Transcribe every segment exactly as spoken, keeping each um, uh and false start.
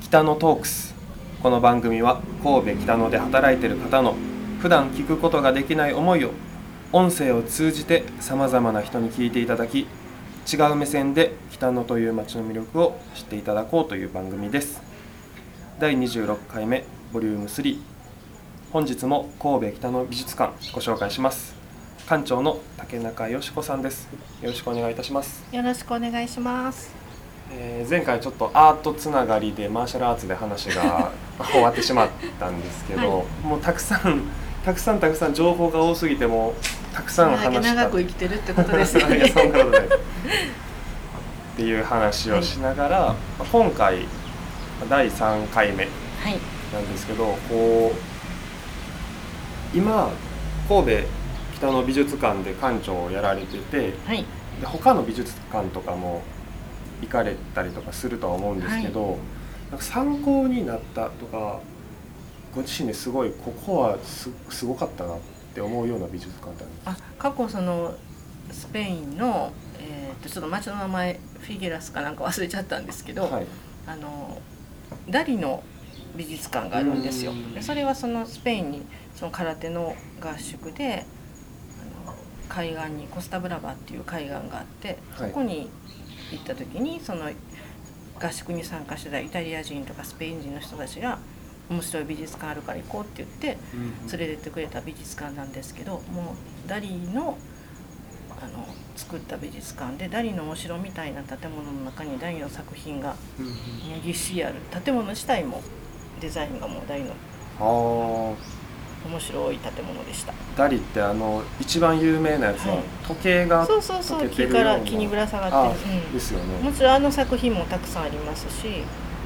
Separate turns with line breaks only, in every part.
北野トークス。この番組は神戸北野で働いている方の普段聞くことができない思いを音声を通じてさまざまな人に聞いていただき、違う目線で北野という街の魅力を知っていただこうという番組です。だいにじゅうろっかいめボリュームスリー。本日も神戸北野美術館ご紹介します。館長の竹中よし子さんです。よろしくお願いいたします。
よろしくお願いします。
えー、前回ちょっとアートつながりでマーシャルアーツで話が終わってしまったんですけど、はい、もうたくさんたくさんたくさん情報が多すぎてもたくさん話した。
長く生きてるってことですよね。
いやそんなことないっていう話をしながら、はい、今回だいさんかいめなんですけど、はい、こう今神戸北野美術館で館長をやられてて、はい、で他の美術館とかも行かれたりとかするとは思うんですけど、はい、なんか参考になったとかご自身ですごいここは す, すごかったなって思うような美術館ってあるんですか？
あ、過去そのスペインの、えー、とちょっと町の名前フィギュラスかなんか忘れちゃったんですけど、はい、あのダリの美術館があるんですよ。でそれはそのスペインにその空手の合宿であの海岸にコスタブラバっていう海岸があって、はい、そこに行った時にその合宿に参加してたイタリア人とかスペイン人の人たちが面白い美術館あるから行こうって言って連れてってくれた美術館なんですけど、もうダリのあの作った美術館でダリのお城みたいな建物の中にダリの作品がぎっしりある。建物自体もデザインがもうダリの面白い建物でした。
ダリってあの一番有名なやつは、はい、時計が
そうそうそう、木から木にぶら下がってる、
うん、ですよね。
もちろんあの作品もたくさんありますし、うん、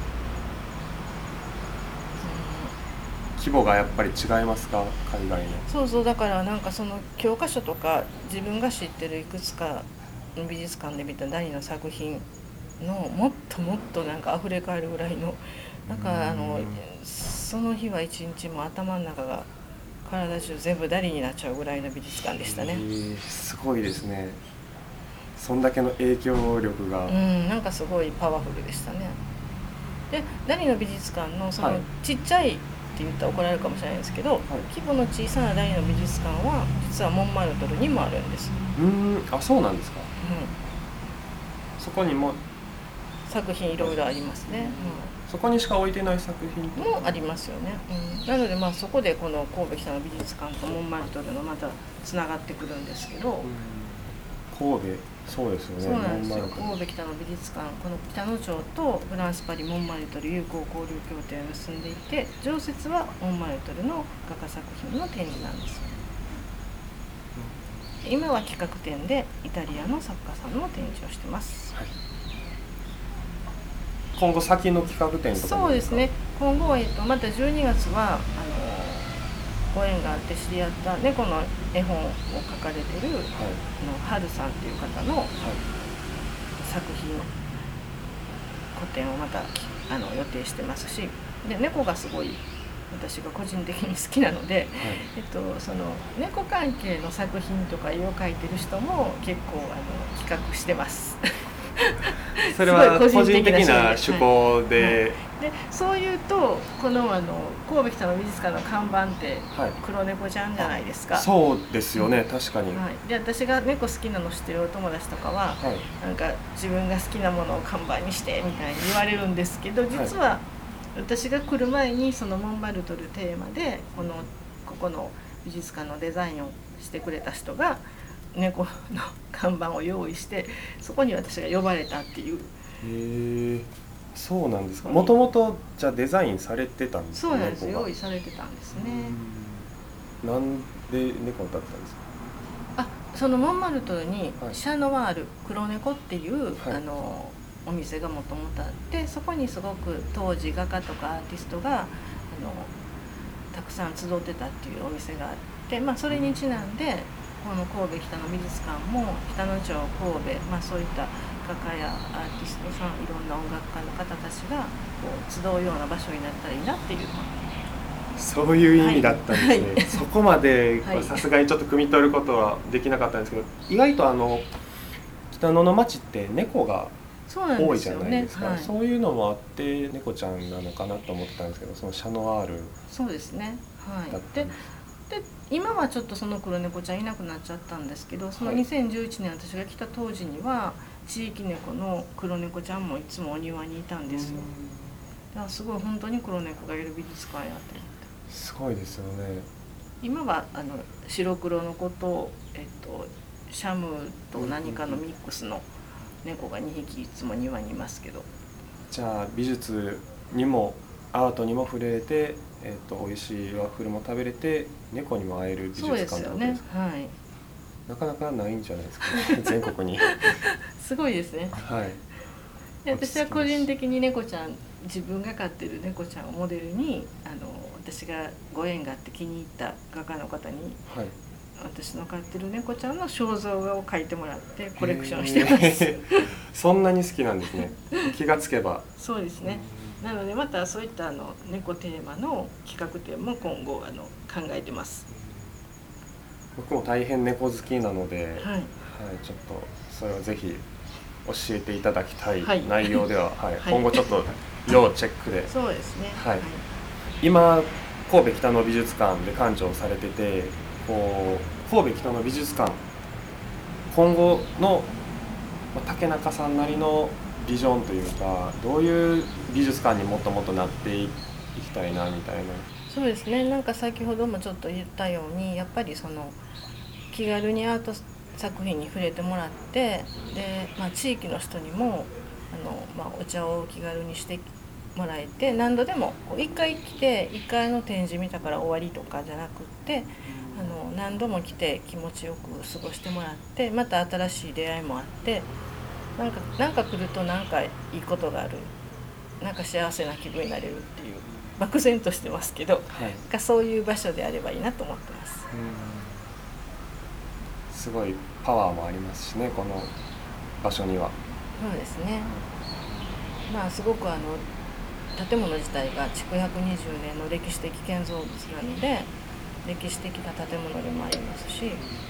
規模がやっぱり違いますか、海外の。
そうそう、だからなんかその教科書とか自分が知ってるいくつかの美術館で見たダリの作品のもっともっとなんか溢れ返るぐらいの、なんかあのその日は一日も頭の中が体中全部ダリになっちゃうぐらいの美術館でしたね。
えー、すごいですね。そんだけの影響力が、
うん、なんかすごいパワフルでしたね。でダリの美術館のそのちっちゃいって言ったら怒られるかもしれないですけど、はい、規模の小さなダリの美術館は実はモンマルトルにもあるんです。
うーん、あ、そうなんですか。うん、そこにも
作品いろいろありますね。うん、
そこにしか置いてない作品
もありますよね。うん、なのでまあそこでこの神戸北の美術館とモンマルトルのまたつながってくるんですけど、うん、
神戸、そうですよね。
そうなんですよ。神戸北の美術館、この北野町とフランスパリモンマルトル友好交流協定を結んでいて、常設はモンマルトルの画家作品の展示なんです。うん、今は企画展でイタリアの作家さんの展示をしてます。はい、
今後先の企画展とか
そうですね。今後は、えっと、またじゅうにがつはあのご縁があって知り合った猫の絵本を描かれてる、はい、の春さんっていう方の作品、個展をまたあの予定してますし、で猫がすごい私が個人的に好きなので、はい、えっと、その猫関係の作品とか絵を描いてる人も結構あの企画してます
それは個人的な趣向で、はいはい、で
そういうとこのあの神戸北の美術館の看板って黒猫ちゃんじゃないですか。
はい、そうですよね、うん、確かに。
はい、で私が猫好きなの知ってるお友達とかは、はい、なんか自分が好きなものを看板にしてみたいに言われるんですけど、実は私が来る前にそのモンマルトルテーマでこのここの美術館のデザインをしてくれた人が猫の看板を用意して、そこに私が呼ばれたっていう。
へえ、そうなんですか。もともとじゃあデザインされてたんですか？
そうなんです、用意されてたんですね。
なんで猫だったんですか？
あ、そのモンマルトルにシャノワール、黒猫っていう、はい、あのお店がもともとあって、そこにすごく当時画家とかアーティストがあのたくさん集ってたっていうお店があって、まあ、それにちなんで、うん、この神戸北の美術館も北野町神戸、まあ、そういった画家やアーティストさん、いろんな音楽家の方たちがこう集うような場所になったらいいなっていう、
そういう意味だったんですね。はい、そこまでさすがにちょっと汲み取ることはできなかったんですけど、意外とあの北野の町って猫が多いじゃないですか。そうなんですよね。はい、そういうのもあって猫ちゃんなのかなと思ってたんですけど、そのシャノワール。
そうですね。はい。で、で今はちょっとその黒猫ちゃんいなくなっちゃったんですけど、そのにせんじゅういちねん私が来た当時には地域猫の黒猫ちゃんもいつもお庭にいたんですよ。だからすごい本当に黒猫がいる美術館やって。
すごいですよね。
今はあの白黒の子と、えっと、シャムと何かのミックスの猫がにひきいつも庭にいますけど。
じゃあ美術にもアートにも触れて、えっと、美味しいワッフルも食べれて猫にも会える美術館ってことですか。そうですよね。はい。なかなかないんじゃないですか、ね、全国に。
すごいですね。
はい。
で私は個人的に猫ちゃん、自分が飼ってる猫ちゃんをモデルにあの私がご縁があって気に入った画家の方に、はい、私の飼ってる猫ちゃんの肖像画を描いてもらってコレクションしてます。
そんなに好きなんですね。気がつけば。
そうですね。なのでまたそういったあの猫テーマの企画展も今後あの考えてます。
僕も大変猫好きなので、はい、はい、ちょっとそれをぜひ教えていただきたい内容では、はいはい、今後ちょっと要チェックで。
そうですね。
はい。今神戸北野美術館で館長されてて、こう神戸北野美術館今後の竹中さんなりのビジョンというか、どういう美術館にもっともっとなっていきたいなみたいな。
そうですね。なんか先ほどもちょっと言ったように、やっぱりその気軽にアート作品に触れてもらって、で、まあ、地域の人にもあの、まあ、お茶を気軽にしてもらえて、何度でもいっかい来ていっかいの展示見たから終わりとかじゃなくって、あの何度も来て気持ちよく過ごしてもらって、また新しい出会いもあって、なんかなんか来るとなんかいいことがある、なんか幸せな気分になれるっていう、漠然としてますけど、はい、そういう場所であればいいなと思ってます。
うん、すごいパワーもありますしね、この場所には。
そうですね。まあすごくあの建物自体が築ひゃくにじゅうねんの歴史的建造物なので、歴史的な建物でもありますし、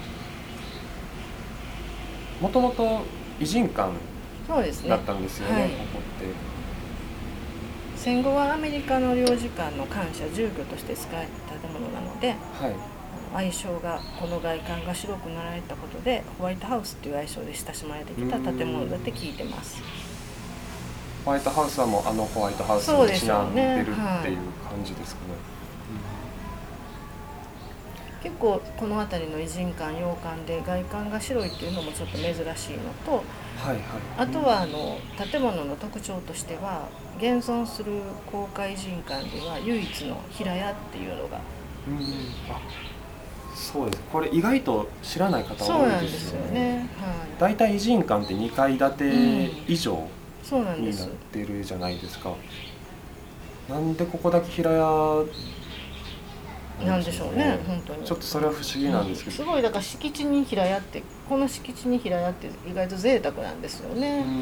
もともと異人館だったんですよね、はい、ここって。
戦後はアメリカの領事館の官舎住居として使えた建物なので、はい、愛称がこの外観が白くなられたことでホワイトハウスという愛称で親しまれてきた建物だって聞いてます。
ホワイトハウスはもうあのホワイトハウスにちなんでるっていう感じですかね。
結構この辺りの異人館洋館で外観が白いっていうのもちょっと珍しいのと、はいはい、あとはあの建物の特徴としては現存する公開異人館では唯一の平屋っていうのが、うん、
あ、そうです。これ意外と知らない方多いですよね。そうなんですよね。はい、だいたい異人館ってにかい建て以上になってるじゃないですか。なんでここだけ平屋
なんでしょうね、本当に。
ちょっとそれは不思議なんですけど、
うん、すごいだから敷地に平屋って、この敷地に平屋って意外と贅沢なんですよね。うん、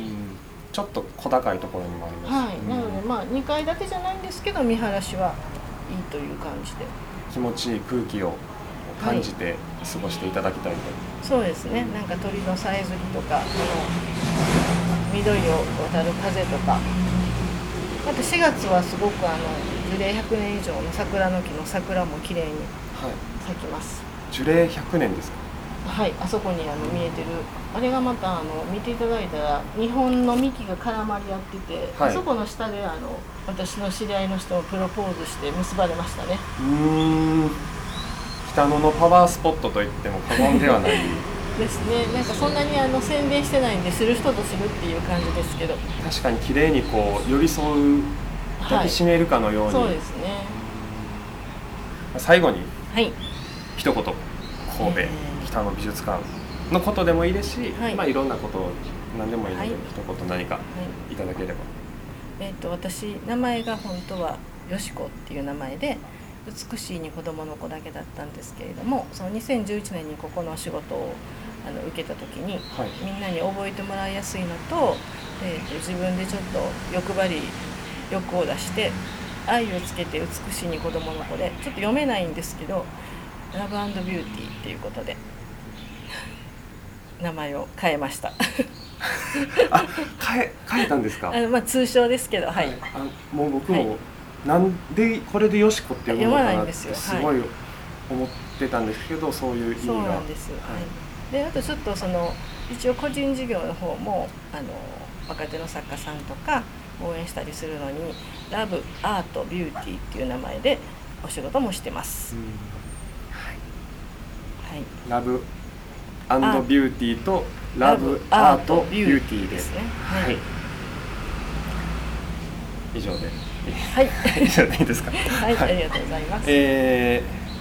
ちょっと小高いところにもあります。
はい、なのでまあにかい建てじゃないんですけど見晴らしはいいという感じで、
気持ちいい空気を感じて過ごしていただきたいと、はい、
そうですね。なんか鳥のさえずりとか、この緑を渡る風とか、あとしがつはすごくあの樹齢ひゃくねん以上の桜の木の桜も綺麗に咲きます。
はい、樹齢ひゃくねんですか。
はい、あそこにあの見えてるあれがまたあの見ていただいたらにほんの幹が絡まり合ってて、はい、あそこの下であの私の知り合いの人をプロポーズして結ばれましたね。
うーん、北野のパワースポットといっても過言ではない
ですね。なんかそんなにあの宣伝してないんで、する人とするっていう感じですけど、
確かに綺麗にこう寄り添う、抱きしめるかのように、
はい、そうですね。
最後に、
はい、
一言神戸、えー、北野美術館のことでもいいですし、はい、まあいろんなことを何でもいいので、はい、一言何かいただければ。はい、
えー、と私名前が本当はよしこっていう名前で、美しいに子供の子だけだったんですけれども、そのにせんじゅういちねんにここのお仕事をあの受けた時に、はい、みんなに覚えてもらいやすいのと、えー、と自分でちょっと欲張り欲を出して愛をつけて美しいに子供の子で、ちょっと読めないんですけどラブ&ビューティーっていうことで名前を変えました。
あ、変え変えたんですか。
あのまあ通称ですけど、はい。
あ、もう僕も、はい、なんでこれでよしこって読むのかなってすごい思ってたんですけど、そういう意味が。
そうなんです。はい。で、あとちょっとその一応個人事業の方もあの若手の作家さんとか応援したりするのに、ラブアートビューティーっていう名前でお仕事もしてます。うん、
はい。ラブアンドビューティーとラブアートビューティーですね。はい。以上で。
はい。
以上でいいですか。
はい、ありがとうございます。
え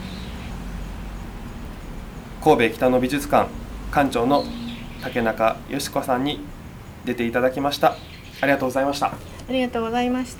ー、神戸北野美術館館長の竹中よし子さんに出ていただきました。ありがとうございました。
ありがとうございました。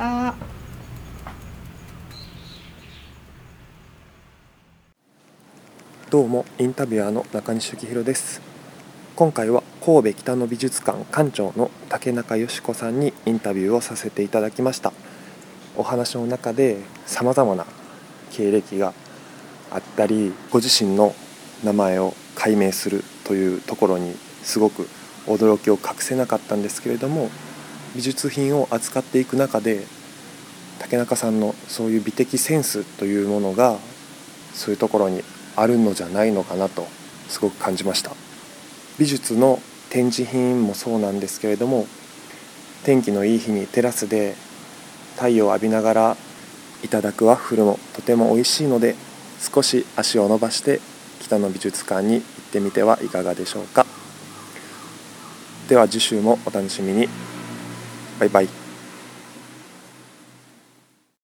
どうも、インタビュアーの中西幸宏です。今回は神戸北野美術館館長の竹中よし子さんにインタビューをさせていただきました。お話の中でさまざまな経歴があったり、ご自身の名前を解明するというところにすごく驚きを隠せなかったんですけれども、美術品を扱っていく中で竹中さんのそういう美的センスというものがそういうところにあるのじゃないのかなとすごく感じました。美術の展示品もそうなんですけれども、天気のいい日にテラスで太陽を浴びながらいただくワッフルもとても美味しいので、少し足を伸ばして北野美術館に行ってみてはいかがでしょうか。では次週もお楽しみに。バイバイ。